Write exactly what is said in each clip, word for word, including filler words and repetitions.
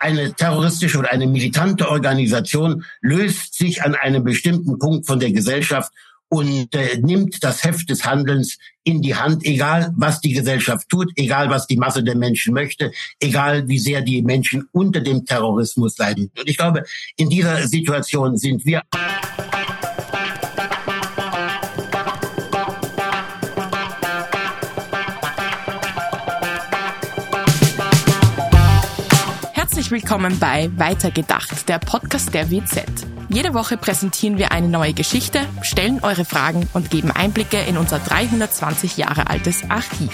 eine terroristische oder eine militante Organisation löst sich an einem bestimmten Punkt von der Gesellschaft und äh, nimmt das Heft des Handelns in die Hand, egal was die Gesellschaft tut, egal was die Masse der Menschen möchte, egal wie sehr die Menschen unter dem Terrorismus leiden. Und ich glaube, in dieser Situation sind wir. Herzlich willkommen bei Weitergedacht, der Podcast der W Z. Jede Woche präsentieren wir eine neue Geschichte, stellen eure Fragen und geben Einblicke in unser dreihundertzwanzig Jahre altes Archiv.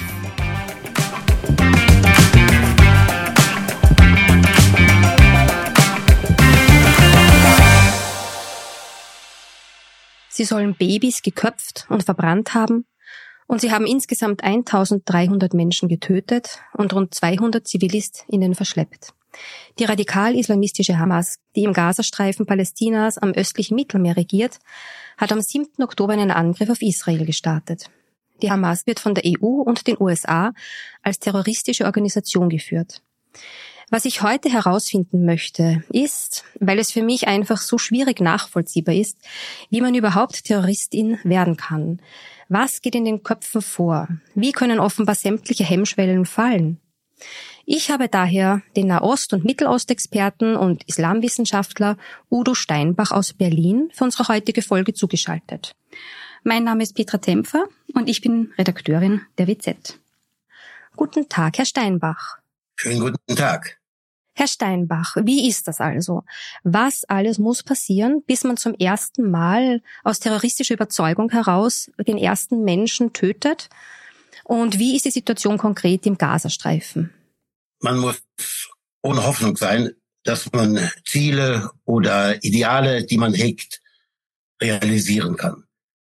Sie sollen Babys geköpft und verbrannt haben und sie haben insgesamt eintausenddreihundert Menschen getötet und rund zweihundert ZivilistInnen verschleppt. Die radikal-islamistische Hamas, die im Gazastreifen Palästinas am östlichen Mittelmeer regiert, hat am siebten Oktober einen Angriff auf Israel gestartet. Die Hamas wird von der E U und den U S A als terroristische Organisation geführt. Was ich heute herausfinden möchte, ist, weil es für mich einfach so schwierig nachvollziehbar ist, wie man überhaupt Terroristin werden kann. Was geht in den Köpfen vor? Wie können offenbar sämtliche Hemmschwellen fallen? Ich habe daher den Nahost- und Mittelostexperten und Islamwissenschaftler Udo Steinbach aus Berlin für unsere heutige Folge zugeschaltet. Mein Name ist Petra Tempfer und ich bin Redakteurin der W Z. Guten Tag, Herr Steinbach. Schönen guten Tag. Herr Steinbach, wie ist das also? Was alles muss passieren, bis man zum ersten Mal aus terroristischer Überzeugung heraus den ersten Menschen tötet? Und wie ist die Situation konkret im Gazastreifen? Man muss ohne Hoffnung sein, dass man Ziele oder Ideale, die man hegt, realisieren kann.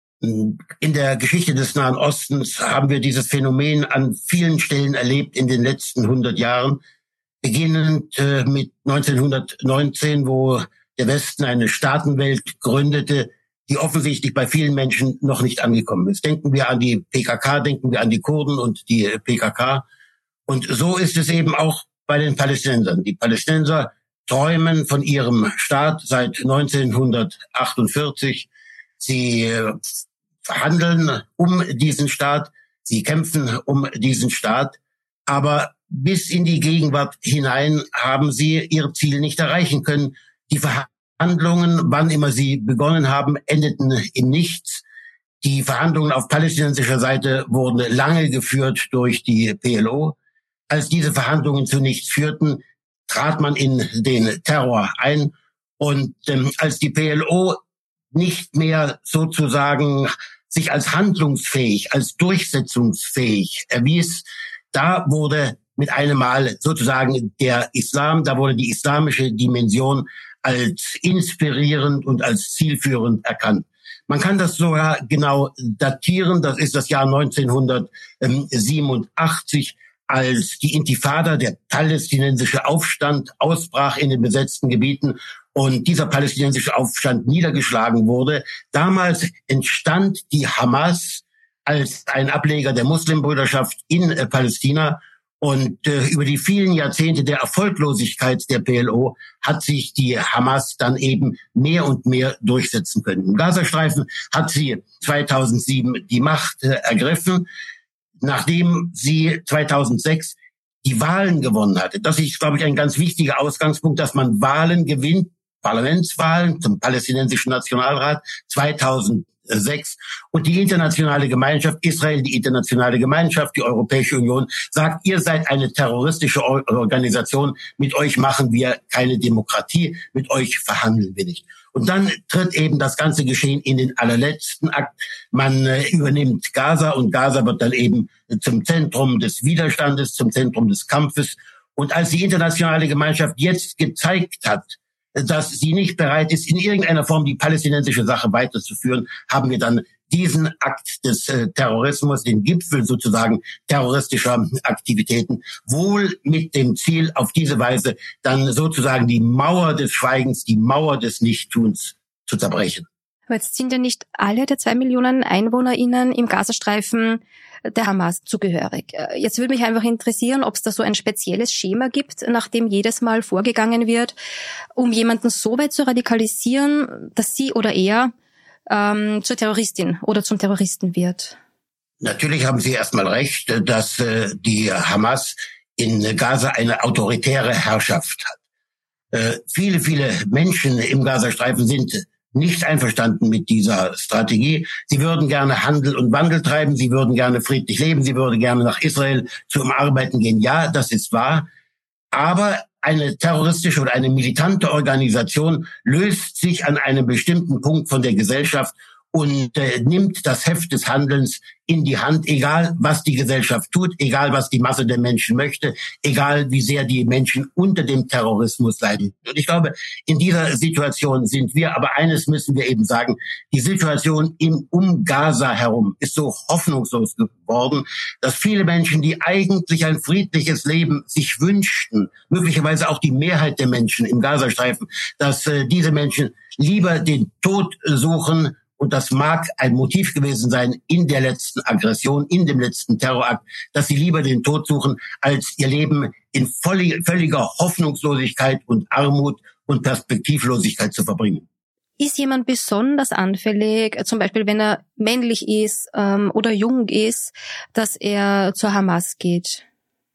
In der Geschichte des Nahen Ostens haben wir dieses Phänomen an vielen Stellen erlebt in den letzten hundert Jahren, beginnend äh, mit neunzehnhundertneunzehn, wo der Westen eine Staatenwelt gründete, die offensichtlich bei vielen Menschen noch nicht angekommen ist. Denken wir an die P K K, denken wir an die Kurden und die P K K. Und so ist es eben auch bei den Palästinensern. Die Palästinenser träumen von ihrem Staat seit neunzehnhundertachtundvierzig. Sie verhandeln um diesen Staat, sie kämpfen um diesen Staat, aber bis in die Gegenwart hinein haben sie ihr Ziel nicht erreichen können. Die Verhandlungen, wann immer sie begonnen haben, endeten in nichts. Die Verhandlungen auf palästinensischer Seite wurden lange geführt durch die P L O. Als diese Verhandlungen zu nichts führten, trat man in den Terror ein. Und ähm, als die P L O nicht mehr sozusagen sich als handlungsfähig, als durchsetzungsfähig erwies, da wurde mit einem Mal sozusagen der Islam, da wurde die islamische Dimension als inspirierend und als zielführend erkannt. Man kann das sogar genau datieren, das ist das Jahr neunzehnhundertsiebenundachtzig, als die Intifada, der palästinensische Aufstand, ausbrach in den besetzten Gebieten und dieser palästinensische Aufstand niedergeschlagen wurde. Damals entstand die Hamas als ein Ableger der Muslimbrüderschaft in äh, Palästina. Und äh, über die vielen Jahrzehnte der Erfolglosigkeit der P L O hat sich die Hamas dann eben mehr und mehr durchsetzen können. Im Gazastreifen hat sie zweitausendsieben die Macht äh, ergriffen, nachdem sie zweitausendsechs die Wahlen gewonnen hatte. Das ist, glaube ich, ein ganz wichtiger Ausgangspunkt, dass man Wahlen gewinnt, Parlamentswahlen zum palästinensischen Nationalrat zweitausendsechs. Und die internationale Gemeinschaft, Israel, die internationale Gemeinschaft, die Europäische Union, sagt, ihr seid eine terroristische Organisation, mit euch machen wir keine Demokratie, mit euch verhandeln wir nicht. Und dann tritt eben das ganze Geschehen in den allerletzten Akt. Man äh, übernimmt Gaza und Gaza wird dann eben zum Zentrum des Widerstandes, zum Zentrum des Kampfes. Und als die internationale Gemeinschaft jetzt gezeigt hat, dass sie nicht bereit ist, in irgendeiner Form die palästinensische Sache weiterzuführen, haben wir dann diesen Akt des äh, Terrorismus, den Gipfel sozusagen terroristischer Aktivitäten, wohl mit dem Ziel, auf diese Weise dann sozusagen die Mauer des Schweigens, die Mauer des Nichttuns zu zerbrechen. Aber jetzt sind ja nicht alle der zwei Millionen EinwohnerInnen im Gazastreifen der Hamas zugehörig. Jetzt würde mich einfach interessieren, ob es da so ein spezielles Schema gibt, nach dem jedes Mal vorgegangen wird, um jemanden so weit zu radikalisieren, dass sie oder er ähm, zur Terroristin oder zum Terroristen wird. Natürlich haben Sie erstmal recht, dass äh, die Hamas in Gaza eine autoritäre Herrschaft hat. Äh, viele, viele Menschen im Gazastreifen sind nicht einverstanden mit dieser Strategie. Sie würden gerne Handel und Wandel treiben, sie würden gerne friedlich leben, sie würden gerne nach Israel zum Arbeiten gehen. Ja, das ist wahr. Aber eine terroristische oder eine militante Organisation löst sich an einem bestimmten Punkt von der Gesellschaft und äh, nimmt das Heft des Handelns in die Hand, egal was die Gesellschaft tut, egal was die Masse der Menschen möchte, egal wie sehr die Menschen unter dem Terrorismus leiden. Und ich glaube, in dieser Situation sind wir, aber eines müssen wir eben sagen, die Situation im, um Gaza herum ist so hoffnungslos geworden, dass viele Menschen, die eigentlich ein friedliches Leben sich wünschten, möglicherweise auch die Mehrheit der Menschen im Gazastreifen, dass äh, diese Menschen lieber den Tod suchen. Und das mag ein Motiv gewesen sein in der letzten Aggression, in dem letzten Terrorakt, dass sie lieber den Tod suchen, als ihr Leben in völliger Hoffnungslosigkeit und Armut und Perspektivlosigkeit zu verbringen. Ist jemand besonders anfällig, zum Beispiel wenn er männlich ist ähm, oder jung ist, dass er zur Hamas geht?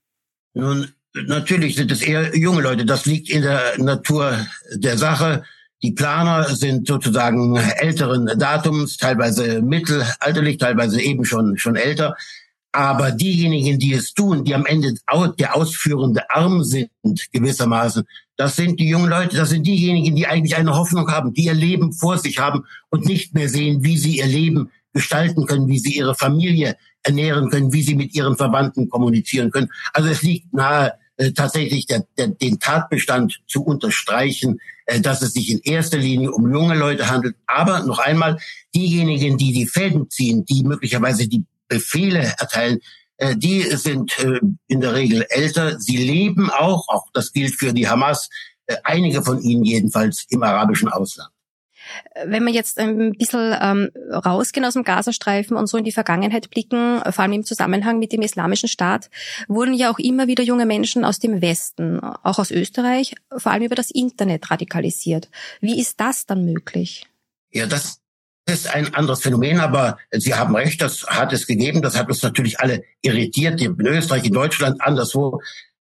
Nun, natürlich sind es eher junge Leute. Das liegt in der Natur der Sache. Die Planer sind sozusagen älteren Datums, teilweise mittelalterlich, teilweise eben schon schon älter. Aber diejenigen, die es tun, die am Ende der ausführende Arm sind, gewissermaßen, das sind die jungen Leute, das sind diejenigen, die eigentlich eine Hoffnung haben, die ihr Leben vor sich haben und nicht mehr sehen, wie sie ihr Leben gestalten können, wie sie ihre Familie ernähren können, wie sie mit ihren Verwandten kommunizieren können. Also es liegt nahe, äh, tatsächlich der, der, den Tatbestand zu unterstreichen, äh, dass es sich in erster Linie um junge Leute handelt. Aber noch einmal, diejenigen, die die Fäden ziehen, die möglicherweise die Befehle erteilen, äh, die sind äh, in der Regel älter. Sie leben auch, auch das gilt für die Hamas, äh, einige von ihnen jedenfalls im arabischen Ausland. Wenn wir jetzt ein bisschen ähm, rausgehen aus dem Gazastreifen und so in die Vergangenheit blicken, vor allem im Zusammenhang mit dem Islamischen Staat, wurden ja auch immer wieder junge Menschen aus dem Westen, auch aus Österreich, vor allem über das Internet radikalisiert. Wie ist das dann möglich? Ja, das ist ein anderes Phänomen, aber Sie haben recht, das hat es gegeben. Das hat uns natürlich alle irritiert, in Österreich, in Deutschland, anderswo.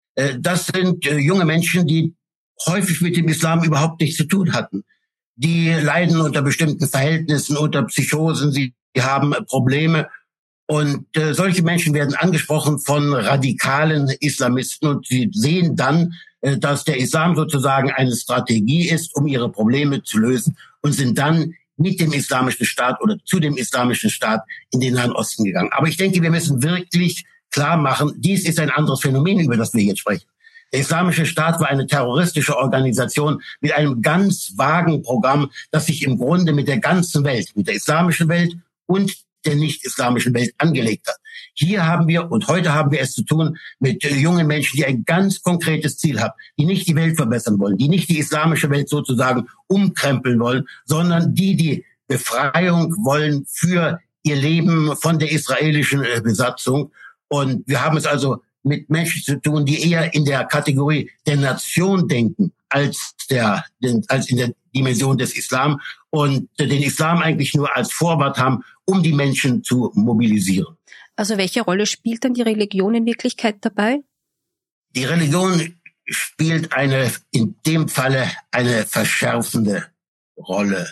Das sind junge Menschen, die häufig mit dem Islam überhaupt nichts zu tun hatten. Die leiden unter bestimmten Verhältnissen, unter Psychosen, sie haben Probleme. Und äh, solche Menschen werden angesprochen von radikalen Islamisten und sie sehen dann, äh, dass der Islam sozusagen eine Strategie ist, um ihre Probleme zu lösen und sind dann mit dem Islamischen Staat oder zu dem Islamischen Staat in den Nahen Osten gegangen. Aber ich denke, wir müssen wirklich klar machen, dies ist ein anderes Phänomen, über das wir jetzt sprechen. Der Islamische Staat war eine terroristische Organisation mit einem ganz vagen Programm, das sich im Grunde mit der ganzen Welt, mit der islamischen Welt und der nicht-islamischen Welt angelegt hat. Hier haben wir und heute haben wir es zu tun mit jungen Menschen, die ein ganz konkretes Ziel haben, die nicht die Welt verbessern wollen, die nicht die islamische Welt sozusagen umkrempeln wollen, sondern die die Befreiung wollen für ihr Leben von der israelischen Besatzung. Und wir haben es also mit Menschen zu tun, die eher in der Kategorie der Nation denken als der als in der Dimension des Islam und den Islam eigentlich nur als Vorwand haben, um die Menschen zu mobilisieren. Also welche Rolle spielt dann die Religion in Wirklichkeit dabei? Die Religion spielt eine, in dem Falle eine verschärfende Rolle.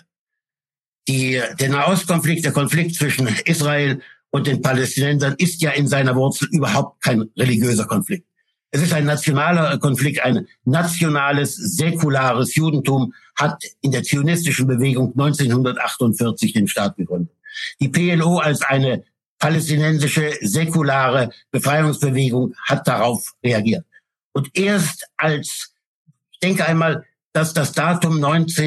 Die, der Nahostkonflikt, der Konflikt zwischen Israel und den Palästinensern ist ja in seiner Wurzel überhaupt kein religiöser Konflikt. Es ist ein nationaler Konflikt, ein nationales, säkulares Judentum hat in der zionistischen Bewegung neunzehnhundertachtundvierzig den Staat gegründet. Die P L O als eine palästinensische, säkulare Befreiungsbewegung hat darauf reagiert. Und erst als, ich denke einmal, dass das Datum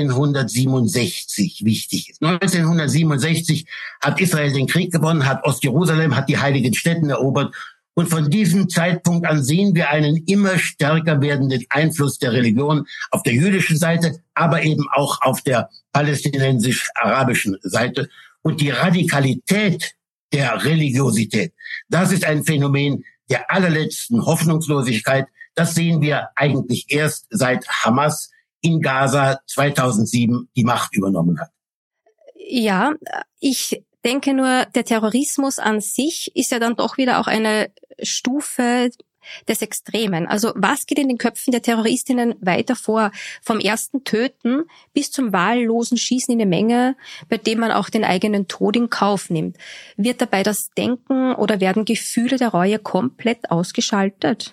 neunzehnhundertsiebenundsechzig wichtig ist. neunzehnhundertsiebenundsechzig hat Israel den Krieg gewonnen, hat Ostjerusalem, hat die heiligen Stätten erobert Und von diesem Zeitpunkt an sehen wir einen immer stärker werdenden Einfluss der Religion auf der jüdischen Seite, aber eben auch auf der palästinensisch-arabischen Seite. Und die Radikalität der Religiosität, das ist ein Phänomen der allerletzten Hoffnungslosigkeit. Das sehen wir eigentlich erst seit Hamas in Gaza zweitausendsieben die Macht übernommen hat. Ja, ich denke nur, der Terrorismus an sich ist ja dann doch wieder auch eine Stufe des Extremen. Also was geht in den Köpfen der Terroristinnen weiter vor? Vom ersten Töten bis zum wahllosen Schießen in die Menge, bei dem man auch den eigenen Tod in Kauf nimmt. Wird dabei das Denken oder werden Gefühle der Reue komplett ausgeschaltet?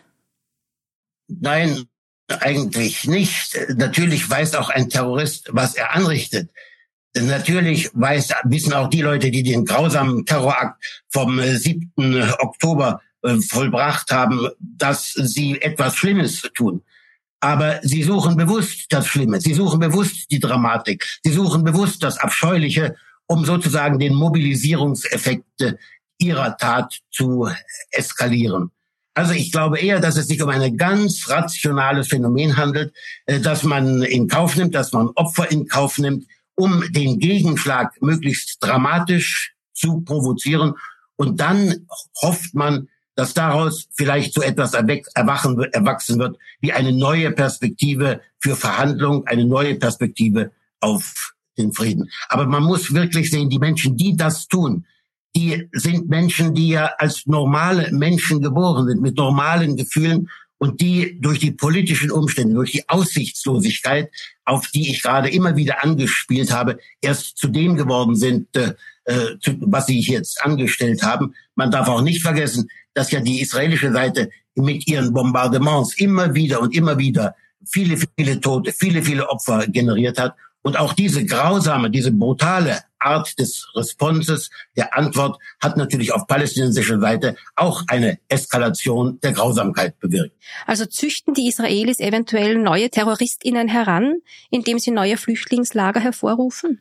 Nein, eigentlich nicht. Natürlich weiß auch ein Terrorist, was er anrichtet. Natürlich weiß, wissen auch die Leute, die den grausamen Terrorakt vom siebten Oktober äh, vollbracht haben, dass sie etwas Schlimmes tun. Aber sie suchen bewusst das Schlimme, sie suchen bewusst die Dramatik, sie suchen bewusst das Abscheuliche, um sozusagen den Mobilisierungseffekt ihrer Tat zu eskalieren. Also ich glaube eher, dass es sich um ein ganz rationales Phänomen handelt, äh, dass man in Kauf nimmt, dass man Opfer in Kauf nimmt, um den Gegenschlag möglichst dramatisch zu provozieren. Und dann hofft man, dass daraus vielleicht so etwas erwachen, erwachsen wird, wie eine neue Perspektive für Verhandlung, eine neue Perspektive auf den Frieden. Aber man muss wirklich sehen, die Menschen, die das tun, die sind Menschen, die ja als normale Menschen geboren sind, mit normalen Gefühlen und die durch die politischen Umstände, durch die Aussichtslosigkeit, auf die ich gerade immer wieder angespielt habe, erst zu dem geworden sind, äh, zu, was sie jetzt angestellt haben. Man darf auch nicht vergessen, dass ja die israelische Seite mit ihren Bombardements immer wieder und immer wieder viele, viele Tote, viele, viele Opfer generiert hat. Und auch diese grausame, diese brutale Art des Responses, der Antwort, hat natürlich auf palästinensischer Seite auch eine Eskalation der Grausamkeit bewirkt. Also züchten die Israelis eventuell neue TerroristInnen heran, indem sie neue Flüchtlingslager hervorrufen?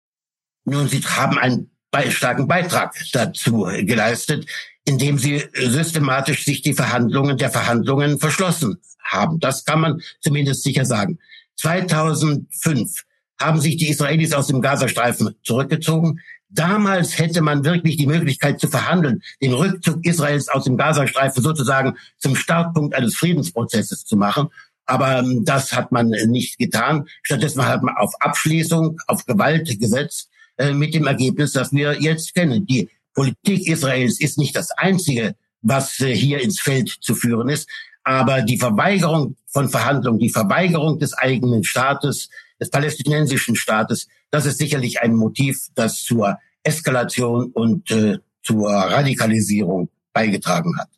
Nun, sie haben einen starken Beitrag dazu geleistet, indem sie systematisch sich die Verhandlungen der Verhandlungen verschlossen haben. Das kann man zumindest sicher sagen. zweitausendfünf haben sich die Israelis aus dem Gazastreifen zurückgezogen. Damals hätte man wirklich die Möglichkeit zu verhandeln, den Rückzug Israels aus dem Gazastreifen sozusagen zum Startpunkt eines Friedensprozesses zu machen. Aber ähm, das hat man nicht getan. Stattdessen hat man auf Abschließung, auf Gewalt gesetzt, äh, mit dem Ergebnis, das wir jetzt kennen. Die Politik Israels ist nicht das Einzige, was äh, hier ins Feld zu führen ist. Aber die Verweigerung von Verhandlungen, die Verweigerung des eigenen Staates, des palästinensischen Staates, das ist sicherlich ein Motiv, das zur Eskalation und äh, zur Radikalisierung beigetragen hat.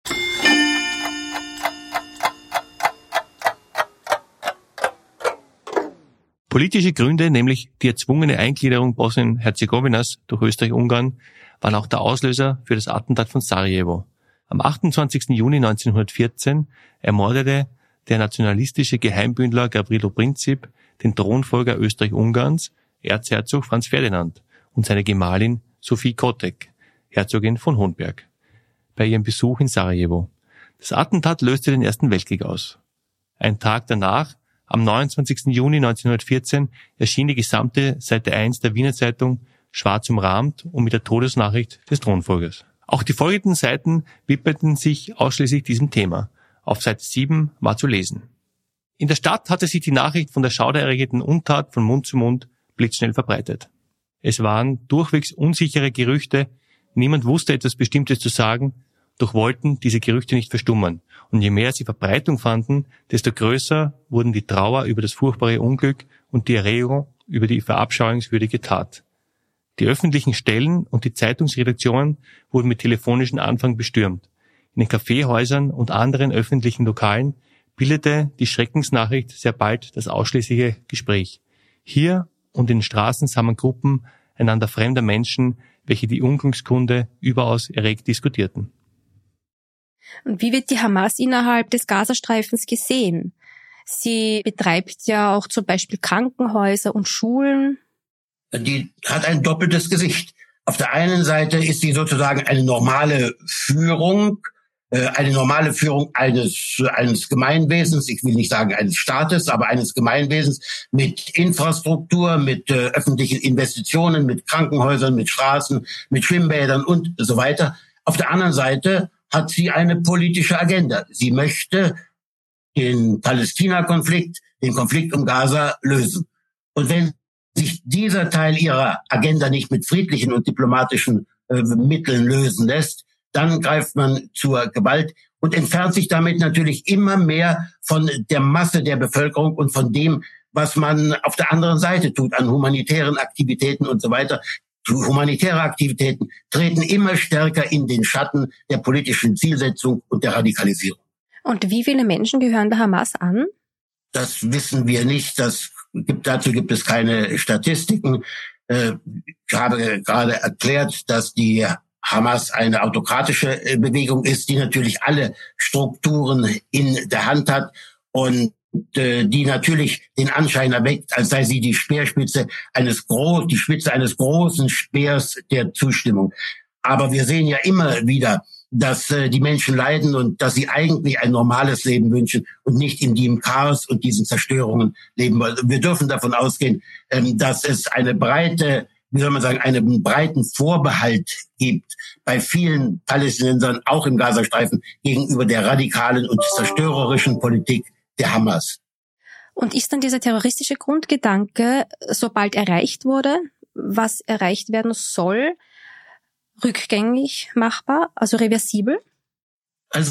Politische Gründe, nämlich die erzwungene Eingliederung Bosnien-Herzegowinas durch Österreich-Ungarn, waren auch der Auslöser für das Attentat von Sarajevo. Am achtundzwanzigsten Juni neunzehnhundertvierzehn ermordete der nationalistische Geheimbündler Gavrilo Princip den Thronfolger Österreich-Ungarns, Erzherzog Franz Ferdinand, und seine Gemahlin Sophie Kotek, Herzogin von Hohenberg, bei ihrem Besuch in Sarajevo. Das Attentat löste den Ersten Weltkrieg aus. Ein Tag danach, am neunundzwanzigsten Juni neunzehnhundertvierzehn, erschien die gesamte Seite eins der Wiener Zeitung schwarz umrahmt und mit der Todesnachricht des Thronfolgers. Auch die folgenden Seiten widmeten sich ausschließlich diesem Thema. Auf Seite sieben war zu lesen: In der Stadt hatte sich die Nachricht von der schaudererregenden Untat von Mund zu Mund blitzschnell verbreitet. Es waren durchwegs unsichere Gerüchte, niemand wusste etwas Bestimmtes zu sagen, doch wollten diese Gerüchte nicht verstummen. Und je mehr sie Verbreitung fanden, desto größer wurden die Trauer über das furchtbare Unglück und die Erregung über die verabscheuungswürdige Tat. Die öffentlichen Stellen und die Zeitungsredaktionen wurden mit telefonischen Anfang bestürmt. In den Kaffeehäusern und anderen öffentlichen Lokalen bildete die Schreckensnachricht sehr bald das ausschließliche Gespräch. Hier und in den Straßen sah man Gruppen einander fremder Menschen, welche die Unglückskunde überaus erregt diskutierten. Und wie wird die Hamas innerhalb des Gazastreifens gesehen? Sie betreibt ja auch zum Beispiel Krankenhäuser und Schulen. Die hat ein doppeltes Gesicht. Auf der einen Seite ist sie sozusagen eine normale Führung, eine normale Führung eines, eines Gemeinwesens, ich will nicht sagen eines Staates, aber eines Gemeinwesens mit Infrastruktur, mit äh, öffentlichen Investitionen, mit Krankenhäusern, mit Straßen, mit Schwimmbädern und so weiter. Auf der anderen Seite hat sie eine politische Agenda. Sie möchte den Palästina-Konflikt, den Konflikt um Gaza lösen. Und wenn sich dieser Teil ihrer Agenda nicht mit friedlichen und diplomatischen äh, Mitteln lösen lässt, dann greift man zur Gewalt und entfernt sich damit natürlich immer mehr von der Masse der Bevölkerung und von dem, was man auf der anderen Seite tut, an humanitären Aktivitäten und so weiter. Humanitäre Aktivitäten treten immer stärker in den Schatten der politischen Zielsetzung und der Radikalisierung. Und wie viele Menschen gehören der Hamas an? Das wissen wir nicht. Das gibt, dazu gibt es keine Statistiken. Ich habe gerade erklärt, dass die Hamas eine autokratische Bewegung ist, die natürlich alle Strukturen in der Hand hat und die natürlich den Anschein erweckt, als sei sie die Speerspitze eines Gro- die Spitze eines großen Speers der Zustimmung. Aber wir sehen ja immer wieder, dass äh, die Menschen leiden und dass sie eigentlich ein normales Leben wünschen und nicht in dem Chaos und diesen Zerstörungen leben wollen. Wir dürfen davon ausgehen, ähm, dass es eine breite, wie soll man sagen, einen breiten Vorbehalt gibt bei vielen Palästinensern, auch im Gazastreifen, gegenüber der radikalen und zerstörerischen Politik der Hamas. Und ist dann dieser terroristische Grundgedanke, sobald erreicht wurde, was erreicht werden soll, rückgängig machbar, also reversibel? Also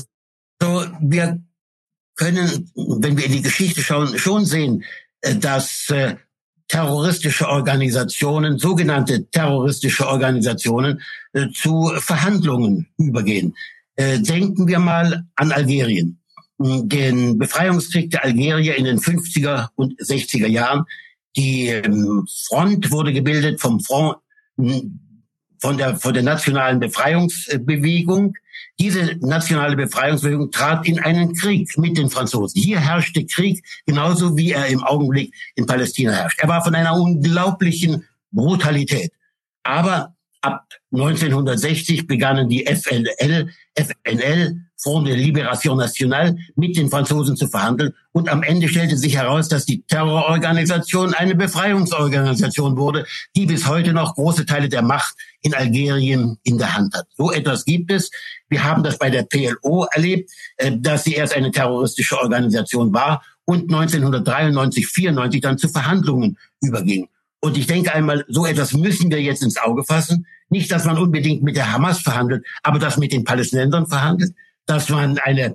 wir können, wenn wir in die Geschichte schauen, schon sehen, dass äh, terroristische Organisationen, sogenannte terroristische Organisationen, äh, zu Verhandlungen übergehen. Äh, denken wir mal an Algerien. Den Befreiungskrieg der Algerier in den fünfziger und sechziger Jahren. Die ähm, Front wurde gebildet vom Front, von der, von der nationalen Befreiungsbewegung. Diese nationale Befreiungsbewegung trat in einen Krieg mit den Franzosen. Hier herrschte Krieg, genauso wie er im Augenblick in Palästina herrscht. Er war von einer unglaublichen Brutalität. Aber ab neunzehnhundertsechzig begannen die F N L, F N L, Front de Libération Nationale, mit den Franzosen zu verhandeln. Und am Ende stellte sich heraus, dass die Terrororganisation eine Befreiungsorganisation wurde, die bis heute noch große Teile der Macht in Algerien in der Hand hat. So etwas gibt es. Wir haben das bei der P L O erlebt, dass sie erst eine terroristische Organisation war und neunzehnhundertdreiundneunzig, vierundneunzig dann zu Verhandlungen überging. Und ich denke einmal, so etwas müssen wir jetzt ins Auge fassen. Nicht, dass man unbedingt mit der Hamas verhandelt, aber dass mit den Palästinensern verhandelt, dass man eine,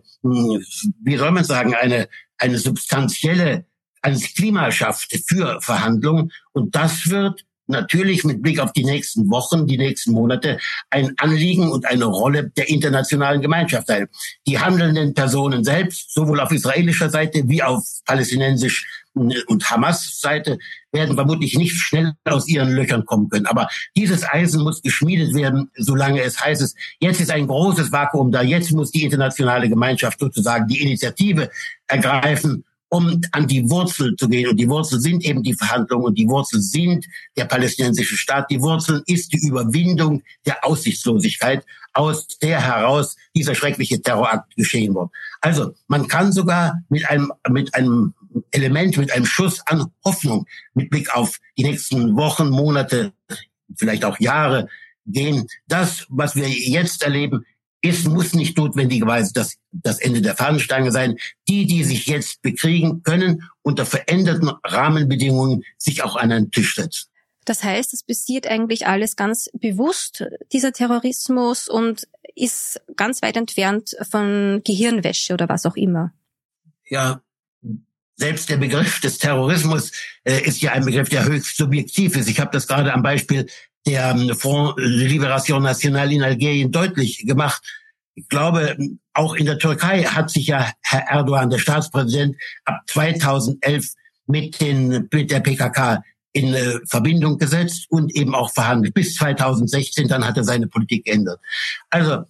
wie soll man sagen, eine, eine substanzielle, ein Klima schafft für Verhandlungen. Und das wird natürlich mit Blick auf die nächsten Wochen, die nächsten Monate ein Anliegen und eine Rolle der internationalen Gemeinschaft sein. Die handelnden Personen selbst, sowohl auf israelischer Seite wie auf palästinensisch und Hamas-Seite, werden vermutlich nicht schnell aus ihren Löchern kommen können. Aber dieses Eisen muss geschmiedet werden, solange es heißt es, jetzt ist ein großes Vakuum da, jetzt muss die internationale Gemeinschaft sozusagen die Initiative ergreifen, um an die Wurzel zu gehen. Und die Wurzel sind eben die Verhandlungen und die Wurzel sind der palästinensische Staat. Die Wurzel ist die Überwindung der Aussichtslosigkeit, aus der heraus dieser schreckliche Terrorakt geschehen wird. Also man kann sogar mit einem, mit einem Element, mit einem Schuss an Hoffnung mit Blick auf die nächsten Wochen, Monate, vielleicht auch Jahre gehen. Das, was wir jetzt erleben, ist, muss nicht notwendigerweise das, das Ende der Fahnenstange sein. Die, die sich jetzt bekriegen, können unter veränderten Rahmenbedingungen sich auch an einen Tisch setzen. Das heißt, es passiert eigentlich alles ganz bewusst, dieser Terrorismus, und ist ganz weit entfernt von Gehirnwäsche oder was auch immer. Ja, selbst der Begriff des Terrorismus äh, ist ja ein Begriff, der höchst subjektiv ist. Ich habe das gerade am Beispiel der Front de Libération Nationale in Algerien deutlich gemacht. Ich glaube, auch in der Türkei hat sich ja Herr Erdogan, der Staatspräsident, ab zweitausendelf mit den mit der P K K in äh, Verbindung gesetzt und eben auch verhandelt. Bis zweitausendsechzehn, dann hat er seine Politik geändert. Also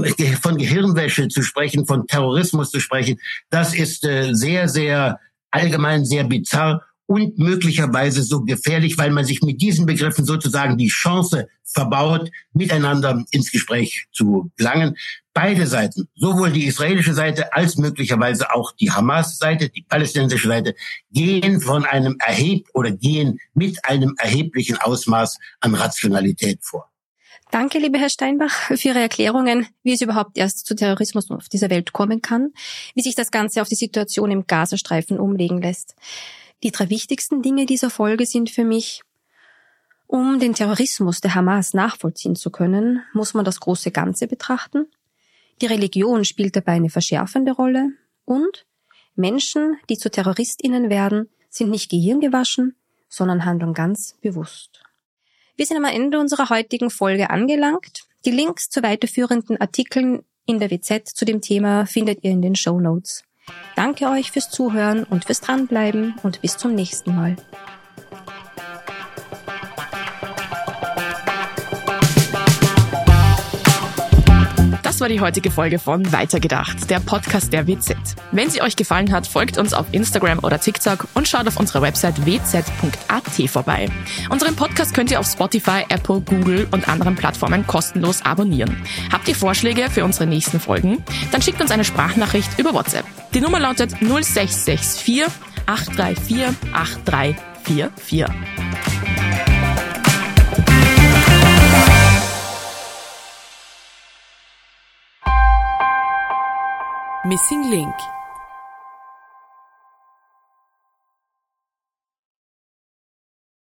von Gehirnwäsche zu sprechen, von Terrorismus zu sprechen, das ist äh, sehr, sehr allgemein, sehr bizarr und möglicherweise so gefährlich, weil man sich mit diesen Begriffen sozusagen die Chance verbaut, miteinander ins Gespräch zu gelangen. Beide Seiten, sowohl die israelische Seite als möglicherweise auch die Hamas-Seite, die palästinensische Seite, gehen von einem erheb oder gehen mit einem erheblichen Ausmaß an Rationalität vor. Danke, lieber Herr Steinbach, für Ihre Erklärungen, wie es überhaupt erst zu Terrorismus auf dieser Welt kommen kann, wie sich das Ganze auf die Situation im Gazastreifen umlegen lässt. Die drei wichtigsten Dinge dieser Folge sind für mich: Um den Terrorismus der Hamas nachvollziehen zu können, muss man das große Ganze betrachten. Die Religion spielt dabei eine verschärfende Rolle. Und Menschen, die zu TerroristInnen werden, sind nicht gehirngewaschen, sondern handeln ganz bewusst. Wir sind am Ende unserer heutigen Folge angelangt. Die Links zu weiterführenden Artikeln in der W Z zu dem Thema findet ihr in den Shownotes. Danke euch fürs Zuhören und fürs Dranbleiben und bis zum nächsten Mal. Das war die heutige Folge von Weitergedacht, der Podcast der W Z. Wenn sie euch gefallen hat, folgt uns auf Instagram oder TikTok und schaut auf unserer Website w z punkt a t vorbei. Unseren Podcast könnt ihr auf Spotify, Apple, Google und anderen Plattformen kostenlos abonnieren. Habt ihr Vorschläge für unsere nächsten Folgen? Dann schickt uns eine Sprachnachricht über WhatsApp. Die Nummer lautet null sechs sechs vier acht drei vier acht drei vier vier. Missing Link